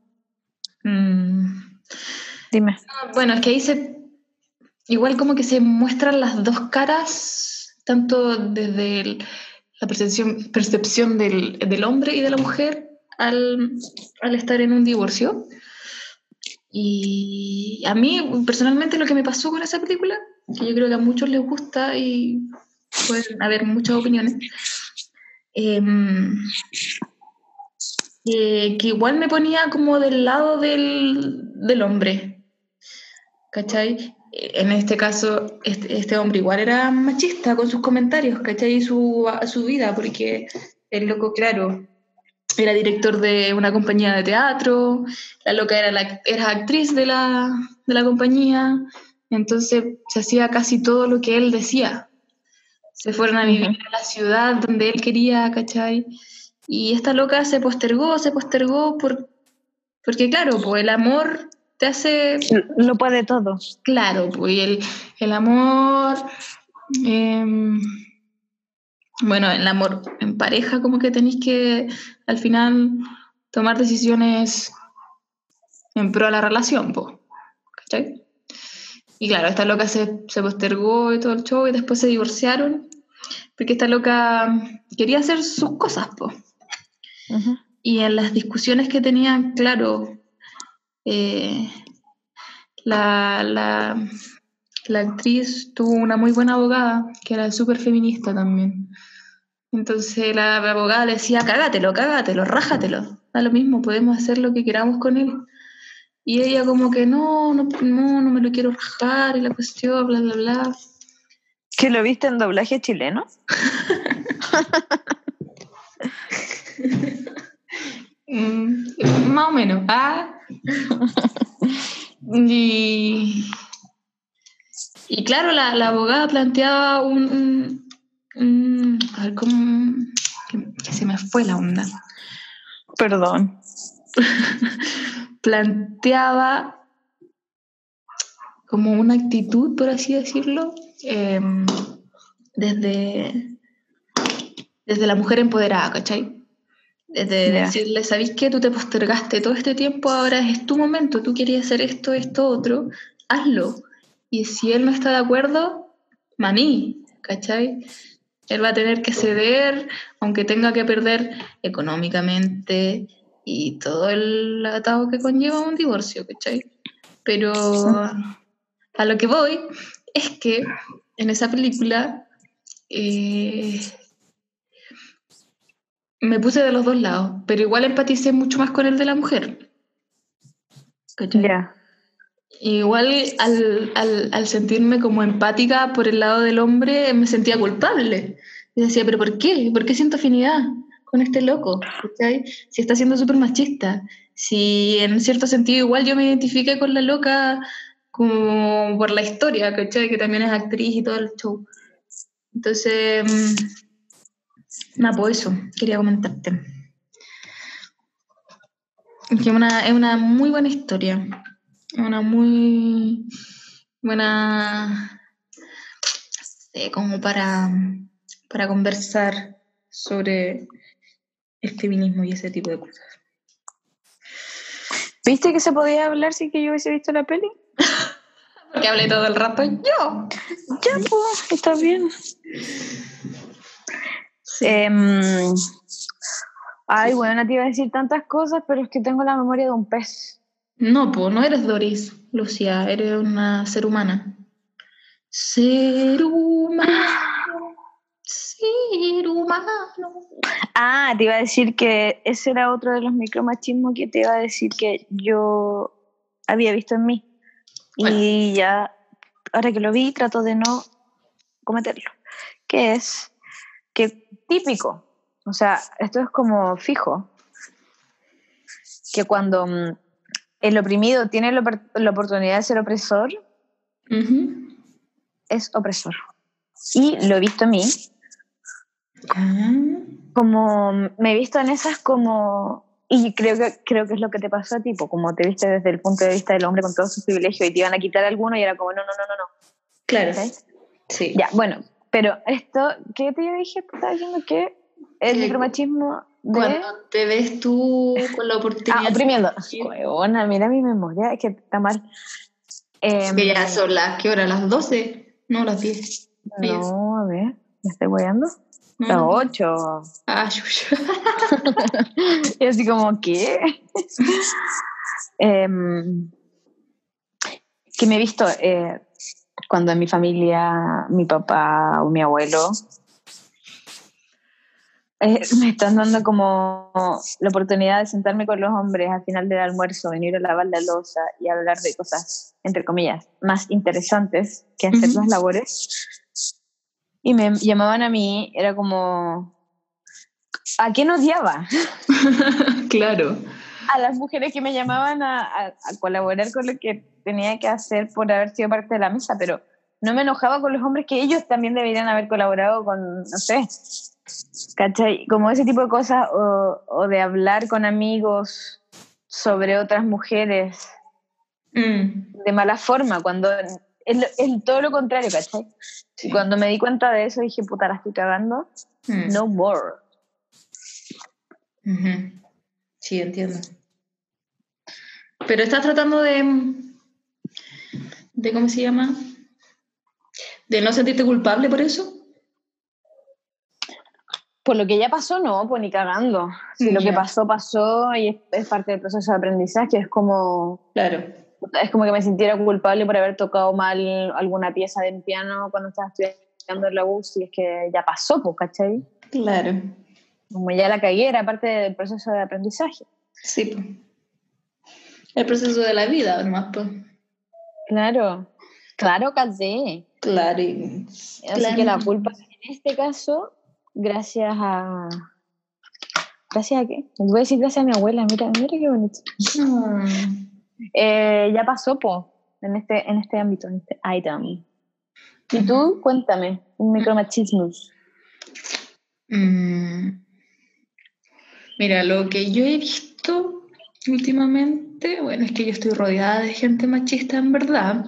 Dime. Bueno, es que ahí igual como que se muestran las dos caras, tanto desde la percepción del hombre y de la mujer al estar en un divorcio. Y a mí, personalmente, lo que me pasó con esa película, que yo creo que a muchos les gusta y pueden haber muchas opiniones, que igual me ponía como del lado del hombre, ¿cachai? En este caso, este hombre igual era machista con sus comentarios, ¿cachai? Y su vida, porque el loco, claro, era director de una compañía de teatro, la loca era actriz de la compañía, entonces se hacía casi todo lo que él decía. Se fueron a vivir a la ciudad donde él quería, ¿cachai? Y esta loca se postergó porque claro, pues el amor te hace, Lo puede todo. claro, pues el amor, em, bueno, el amor en pareja como que tenéis que al final tomar decisiones en pro de la relación, pues, ¿cachai? Y claro, esta loca se postergó y todo el show y después se divorciaron porque esta loca quería hacer sus cosas, pues. Uh-huh. Y en las discusiones que tenían, claro, eh, la, la, la actriz tuvo una muy buena abogada, que era súper feminista también. Entonces la abogada le decía, cágatelo, rájatelo, da lo mismo, podemos hacer lo que queramos con él. Y ella como que no me lo quiero rajar y la cuestión, bla, bla, bla. ¿Que lo viste en doblaje chileno? Más o menos. Y claro, la abogada planteaba a ver, ¿cómo? Que se me fue la onda. Perdón. Planteaba como una actitud, por así decirlo, desde la mujer empoderada, ¿cachai? Desde decirle, ¿sabéis qué? Tú te postergaste todo este tiempo, ahora es tu momento, tú querías hacer esto, otro, hazlo. Y si él no está de acuerdo, maní, ¿cachai? Él va a tener que ceder, aunque tenga que perder económicamente y todo el atado que conlleva un divorcio, ¿cachai? Pero a lo que voy es que en esa película me puse de los dos lados, pero igual empaticé mucho más con el de la mujer, ¿cachai? Ya. Igual al sentirme como empática por el lado del hombre me sentía culpable. Y decía, ¿pero por qué? ¿Por qué siento afinidad con este loco? ¿Cachai? Si está siendo súper machista. Si en cierto sentido igual yo me identifiqué con la loca como por la historia, ¿cachai? Que también es actriz y todo el show. Entonces, nada, pues eso, quería comentarte. Que es una muy buena historia. Una muy buena, como para conversar sobre el feminismo y ese tipo de cosas. ¿Viste que se podía hablar sin que yo hubiese visto la peli? Porque hablé todo el rato yo. Ya, pues, está bien. Sí. Ay, bueno, te iba a decir tantas cosas, pero es que tengo la memoria de un pez. No, pues no eres Doris, Lucía, eres una ser humana. Ser humano. Ser humano. Ah, te iba a decir que ese era otro de los micromachismos que te iba a decir que yo había visto en mí. Bueno. Y ya, ahora que lo vi, trato de no cometerlo. Que es que típico, o sea, esto es como fijo, que cuando el oprimido tiene la oportunidad de ser opresor, es opresor. Y lo he visto en mí. Como me he visto en esas como, y creo que es lo que te pasó a ti, como te viste desde el punto de vista del hombre con todos sus privilegios y te iban a quitar alguno y era como no. Claro. ¿Sabes? Sí. Ya, bueno, pero esto, ¿qué te dije? Estaba diciendo que el micromachismo de... Cuando te ves tú con la oportunidad... oprimiendo. Huevona, mira mi memoria, es que está mal. Que ya son ¿qué hora? ¿Las 12? No, las 10. No, a ver, ¿me estoy hueando? No, Las no. 8. Chucha. Y así como, ¿qué? Que me he visto cuando en mi familia, mi papá o mi abuelo me están dando como la oportunidad de sentarme con los hombres al final del almuerzo, venir a lavar la loza y hablar de cosas, entre comillas, más interesantes que hacer las labores. Y me llamaban a mí, era como, ¿a quién odiaba? Claro. A las mujeres que me llamaban a colaborar con lo que tenía que hacer por haber sido parte de la mesa, pero no me enojaba con los hombres que ellos también deberían haber colaborado con, no sé, ¿cachai? Como ese tipo de cosas, o de hablar con amigos sobre otras mujeres de mala forma, cuando es todo lo contrario, ¿cachai? Sí. Y cuando me di cuenta de eso dije, puta, la estoy cagando, no more. Sí, entiendo. Pero estás tratando de ¿cómo se llama? ¿De no sentirte culpable por eso? Por lo que ya pasó, no, pues ni cagando. Si lo que pasó, pasó y es parte del proceso de aprendizaje, es como... Claro. Es como que me sintiera culpable por haber tocado mal alguna pieza del piano cuando estaba estudiando en la U, y es que ya pasó, pues, ¿cachai? Claro. Como ya la cagué, era parte del proceso de aprendizaje. Sí, pues. El proceso de la vida, además, pues. Claro, casé. Claro. Así que la culpa, en este caso, gracias a... ¿Gracias a qué? Voy a decir gracias a mi abuela, mira qué bonito. Ya pasó, po, en este ámbito, en este item. Y tú, cuéntame, un micromachismus. Mira, lo que yo he visto últimamente, bueno, es que yo estoy rodeada de gente machista en verdad.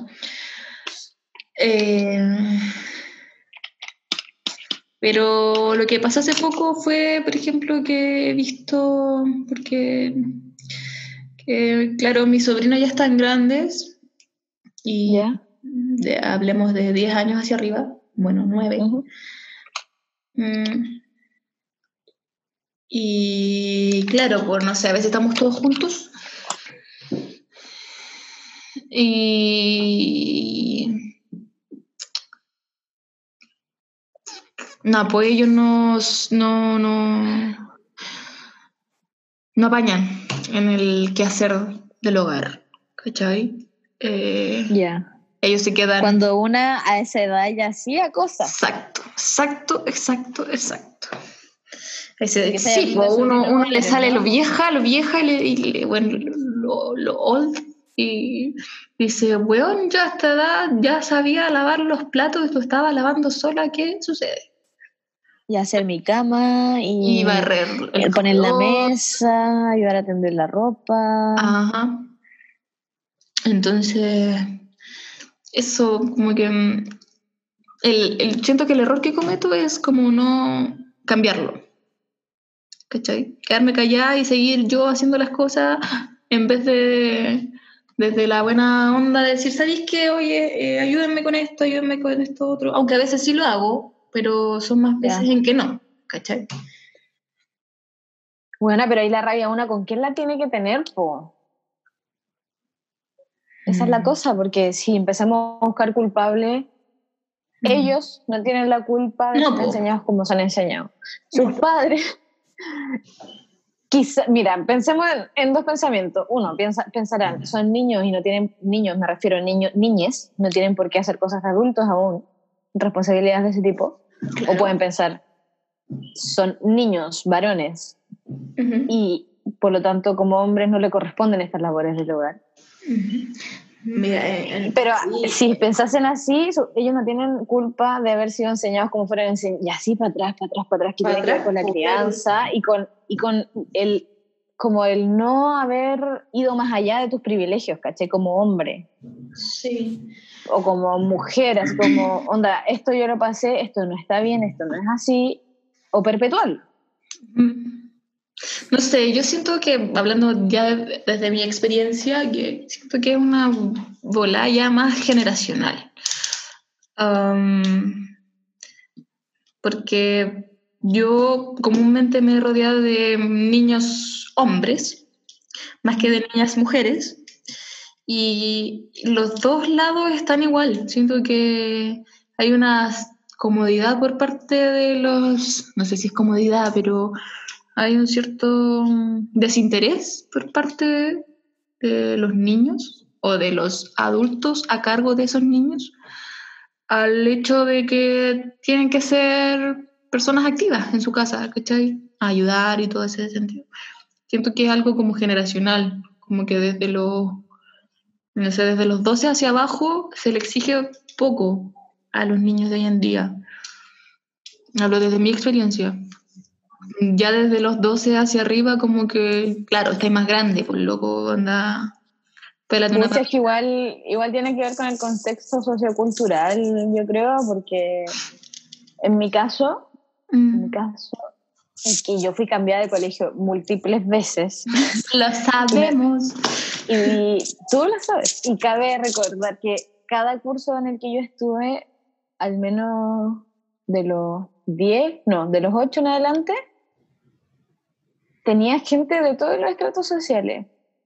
Pero lo que pasó hace poco fue, por ejemplo, que he visto, porque, claro, mis sobrinos ya están grandes y hablemos de 10 años hacia arriba, bueno, 9. Y claro, pues no sé, a veces estamos todos juntos y no, pues ellos no apañan en el quehacer del hogar, ¿cachai? Ellos se quedan... Cuando una a esa edad ya hacía cosas. Exacto. Sí, uno le sale lo vieja y bueno, lo old, y dice, weón, yo a esta edad ya sabía lavar los platos y tú estabas lavando sola, ¿qué sucede? Y hacer mi cama y barrer poner la mesa, ayudar a tender la ropa. Ajá. Entonces, eso como que siento que el error que cometo es como no cambiarlo, ¿cachai? Quedarme callada y seguir yo haciendo las cosas en vez de desde la buena onda de decir, ¿sabéis qué? Oye, ayúdenme con esto otro. Aunque a veces sí lo hago, pero son más veces en que no, ¿cachai? Bueno, pero ahí la rabia una, ¿con quién la tiene que tener, po? Esa es la cosa, porque si empezamos a buscar culpables, ellos no tienen la culpa de ser enseñados como se han enseñado. Sus padres... Quizá, mira, pensemos en dos pensamientos. Uno, pensarán, son niños y no tienen, niños, me refiero a niñes, no tienen por qué hacer cosas de adultos aún, responsabilidades de ese tipo. Claro. O pueden pensar, son niños, varones, y por lo tanto como hombres no le corresponden estas labores del hogar. Mira, pero si pensasen así, ellos no tienen culpa de haber sido enseñados como fueran enseñados, y así para atrás, que tiene que ver con la crianza y con el como el no haber ido más allá de tus privilegios, ¿caché? Como hombre. Sí. O como mujer, así como, onda, esto yo lo pasé, esto no está bien, esto no es así, o perpetual. No sé, yo siento que, hablando ya desde mi experiencia, que siento que es una bola ya más generacional. Porque yo comúnmente me he rodeado de niños hombres, más que de niñas mujeres, y los dos lados están igual. Siento que hay unas comodidad por parte de los, no sé si es comodidad, pero hay un cierto desinterés por parte de los niños o de los adultos a cargo de esos niños al hecho de que tienen que ser personas activas en su casa, ¿cachai? A ayudar y todo ese sentido. Siento que es algo como generacional, como que desde los, no sé, desde los 12 hacia abajo se le exige poco a los niños de hoy en día. Hablo desde mi experiencia. Ya desde los 12 hacia arriba, como que, claro, estáis más grande, pues loco, anda, pélate una Es que igual tiene que ver con el contexto sociocultural, yo creo, porque en mi caso, es que yo fui cambiada de colegio múltiples veces. Lo sabemos. Y tú lo sabes. Y cabe recordar que cada curso en el que yo estuve, al menos de los 10, no, de los 8 en adelante, tenía gente de todos los estratos sociales.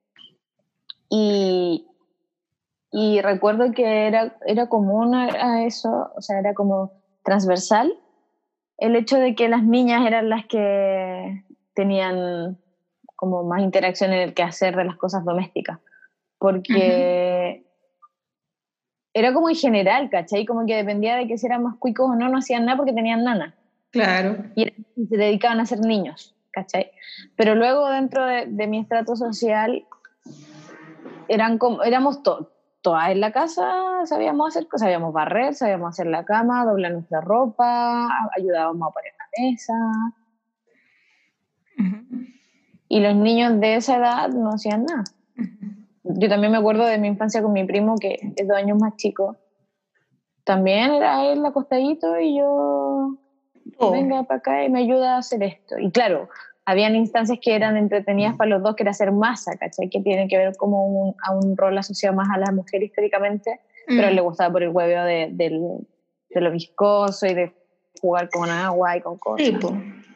Y recuerdo que era común a eso, o sea, era como transversal, el hecho de que las niñas eran las que tenían como más interacción en el quehacer de las cosas domésticas, porque era como en general, ¿cachai? Como que dependía de que si eran más cuicos o no, no hacían nada porque tenían nana. Claro. Y se dedicaban a ser niños, ¿cachai? Pero luego dentro de mi estrato social, éramos todas en la casa, sabíamos hacer cosas, sabíamos barrer, sabíamos hacer la cama, doblar nuestra ropa, ayudábamos a poner la mesa. Y los niños de esa edad no hacían nada. Yo también me acuerdo de mi infancia con mi primo, que es 2 años más chico. También era él acostadito y yo, venga para acá y me ayuda a hacer esto. Y claro, habían instancias que eran entretenidas para los dos, que era hacer masa, ¿cachai? Que tiene que ver como a un rol asociado más a la mujer históricamente, pero a él le gustaba por el hueveo de lo viscoso y de jugar con agua y con cosas. Sí, po.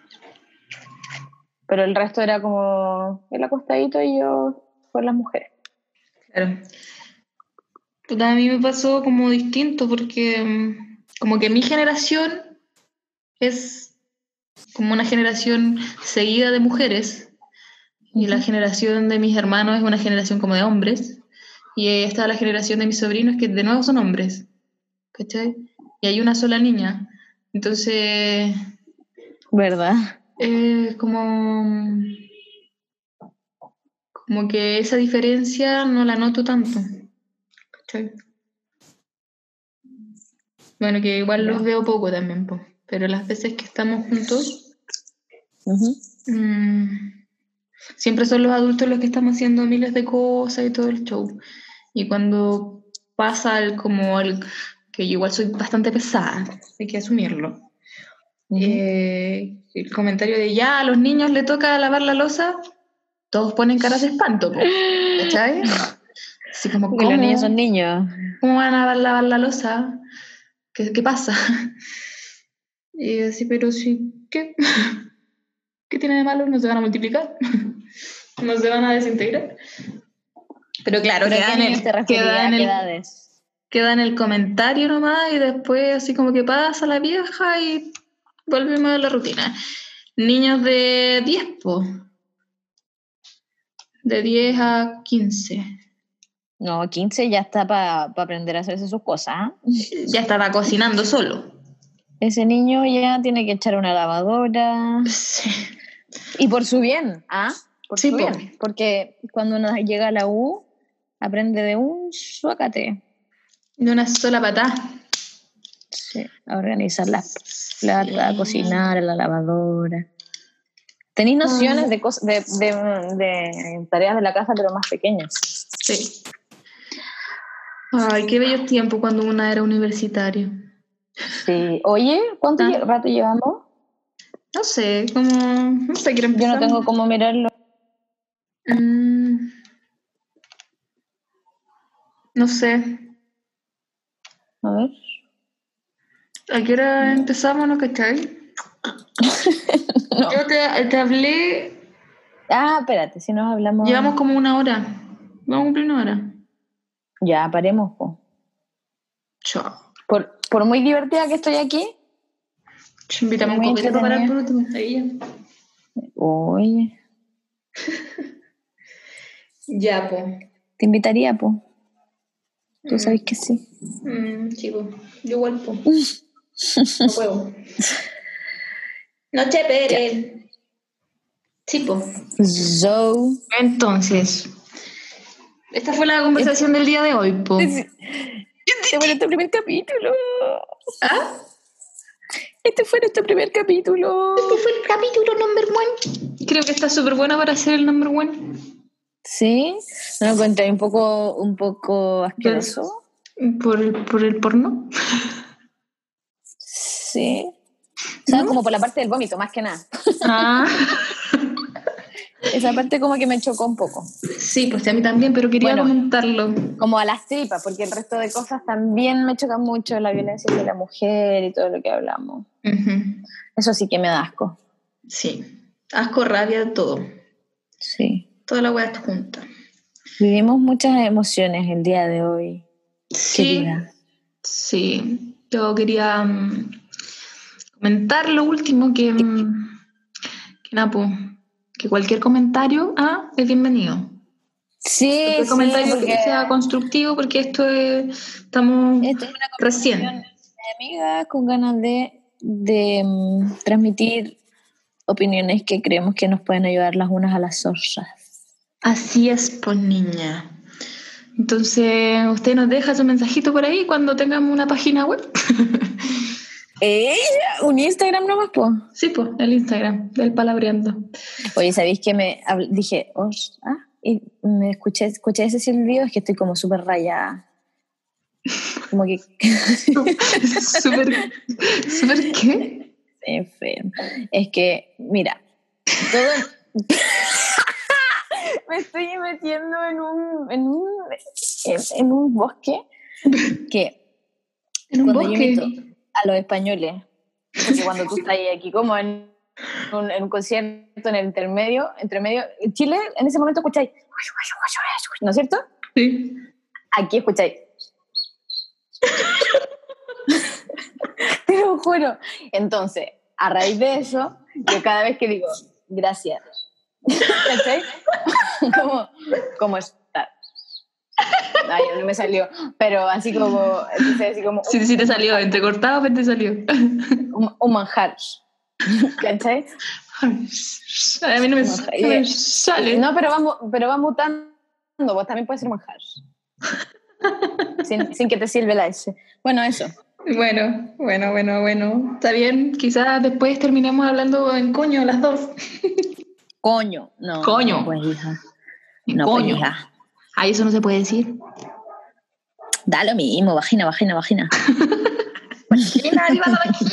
Pero el resto era como el acostadito y yo con las mujeres. Claro. Pues a mí me pasó como distinto porque como que mi generación es como una generación seguida de mujeres y la generación de mis hermanos es una generación como de hombres y está la generación de mis sobrinos que de nuevo son hombres, ¿cachai? Y hay una sola niña. Entonces, ¿Verdad? como que esa diferencia no la noto tanto, ¿cachai? Bueno, que igual los veo poco también, po, pero las veces que estamos juntos, siempre son los adultos los que estamos haciendo miles de cosas y todo el show. Y cuando pasa que yo igual soy bastante pesada, hay que asumirlo. El comentario de ya a los niños le toca lavar la loza, todos ponen caras de espanto, po, ¿cachai? Así como, porque los niños son niños. ¿Cómo van a lavar la loza? ¿Qué pasa? Y así, pero sí, ¿qué? ¿Qué tiene de malo? ¿No se van a multiplicar? ¿No se van a desintegrar? Pero claro, ¿Pero qué niños te refería? ¿A qué edades? Queda en el comentario nomás y después así como que pasa la vieja y volvemos a la rutina. Niños de 10, po. De 10 a 15. No, 15 ya está para aprender a hacerse sus cosas. Ya estaba cocinando solo. Ese niño ya tiene que echar una lavadora. Sí. Y por su bien, ¿ah? Por Sí, su po. bien. Porque cuando uno llega a la U, aprende de un suacate. De una sola patada. Sí, a organizar las platas, a cocinar, a la lavadora. Tenéis nociones de tareas de la casa, pero más pequeñas. Sí. Ay, qué bellos tiempos cuando una era universitario. Sí. Oye, ¿cuánto rato llevamos? No sé, no sé, quiero empezar. Yo no tengo cómo mirarlo. No sé. A ver. ¿A qué hora empezamos, no cachai? No. Yo te hablé. Ah, espérate, si nos hablamos. Llevamos como 1 hora. Vamos a cumplir 1 hora. Ya, paremos, po. Chao. Por muy divertida que estoy aquí, Invítame un copete para parar por último. Ahí ya. Oye. Ya, po. Te invitaría, po. Tú sabes que sí. Sí, po. Yo igual, po. No puedo. No te esperen. Sí, po. So. Entonces, esta fue la conversación del día de hoy, po. Este fue nuestro primer capítulo. ¿Ah? Este fue nuestro primer capítulo. Este fue el capítulo number 1. Creo que está súper buena para ser el number 1. ¿Sí? ¿No lo encontré un poco asqueroso? ¿Por el porno? Sí. O sea, como por la parte del vómito, más que nada. Ah. Esa parte como que me chocó un poco. Sí, pues a mí también, pero quería comentarlo. Como a las tripas, porque el resto de cosas también me chocan mucho, la violencia de la mujer y todo lo que hablamos. Uh-huh. Eso sí que me da asco. Sí. Asco, rabia, todo. Sí. Toda la hueá junta. Vivimos muchas emociones el día de hoy. Sí. Querida. Sí. Yo quería comentar lo último que Napo, que cualquier comentario es bienvenido. Sí, cualquier comentario que sea constructivo, porque estamos recién. Amigas con ganas de transmitir opiniones que creemos que nos pueden ayudar las unas a las otras. Así es, pues niña. Entonces, usted nos deja su mensajito por ahí cuando tengamos una página web. ¿Un Instagram nomás, po? Sí, pues, el Instagram del Palabreando. Oye, ¿sabéis que dije, y me escuché ese silbido? Es que estoy como súper rayada. Como que... ¿Súper qué? Enfermo. Es que, mira, todo... me estoy metiendo en un bosque que... ¿En un bosque? Yo invito a los españoles, porque cuando tú estás aquí como en un concierto en el intermedio, en Chile, en ese momento escucháis, ¿no es cierto? Sí. Aquí escucháis. Te lo juro. Entonces, a raíz de eso, yo cada vez que digo, gracias, ¿cachai? ¿Cómo estás? Ay, no me salió, pero así como... Entonces, así como sí, te salió, entrecortado, pero te salió. Un manjar. ¿Cachai? A mí no me sale. No, pero va mutando. Vos también puedes ser manjar. sin que te sirve la S. Bueno, eso. Bueno. Está bien, quizás después terminemos hablando en coño las dos. Coño. No. Coño. No, pues, hija. No, coño. Pues, hija. Ahí eso no se puede decir. Da lo mismo, vagina. Vagina, arriba la vagina.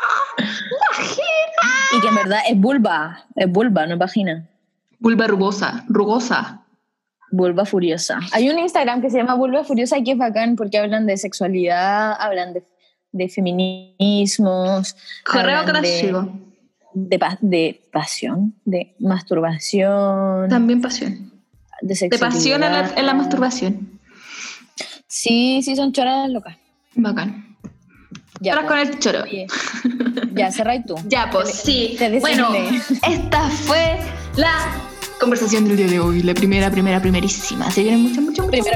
Y que en verdad es vulva, no es vagina. Vulva rugosa. Vulva furiosa. Hay un Instagram que se llama Vulva Furiosa y que es bacán porque hablan de sexualidad, hablan de feminismos. Correo clásico. De pasión, de masturbación. También pasión. De sexualidad. De pasión en la masturbación. Sí, son choras locas. Bacán. Ya, pues, con el choro. Oye, ya, cerráis tú. Ya, pues sí. Bueno, esta fue la conversación del día de hoy. La primerísima. Se vienen mucho. Primera.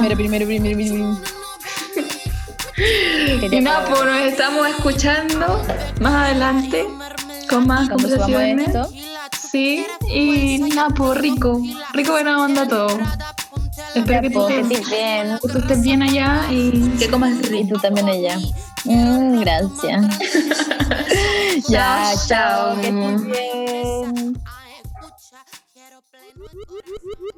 Y nada, pues nos estamos escuchando más adelante con más conversaciones. Sí, y nada, pues rico buena onda todo. Espero que tú estés bien allá y que comas rico. Y tú también allá. Gracias. Chao. Que estés bien.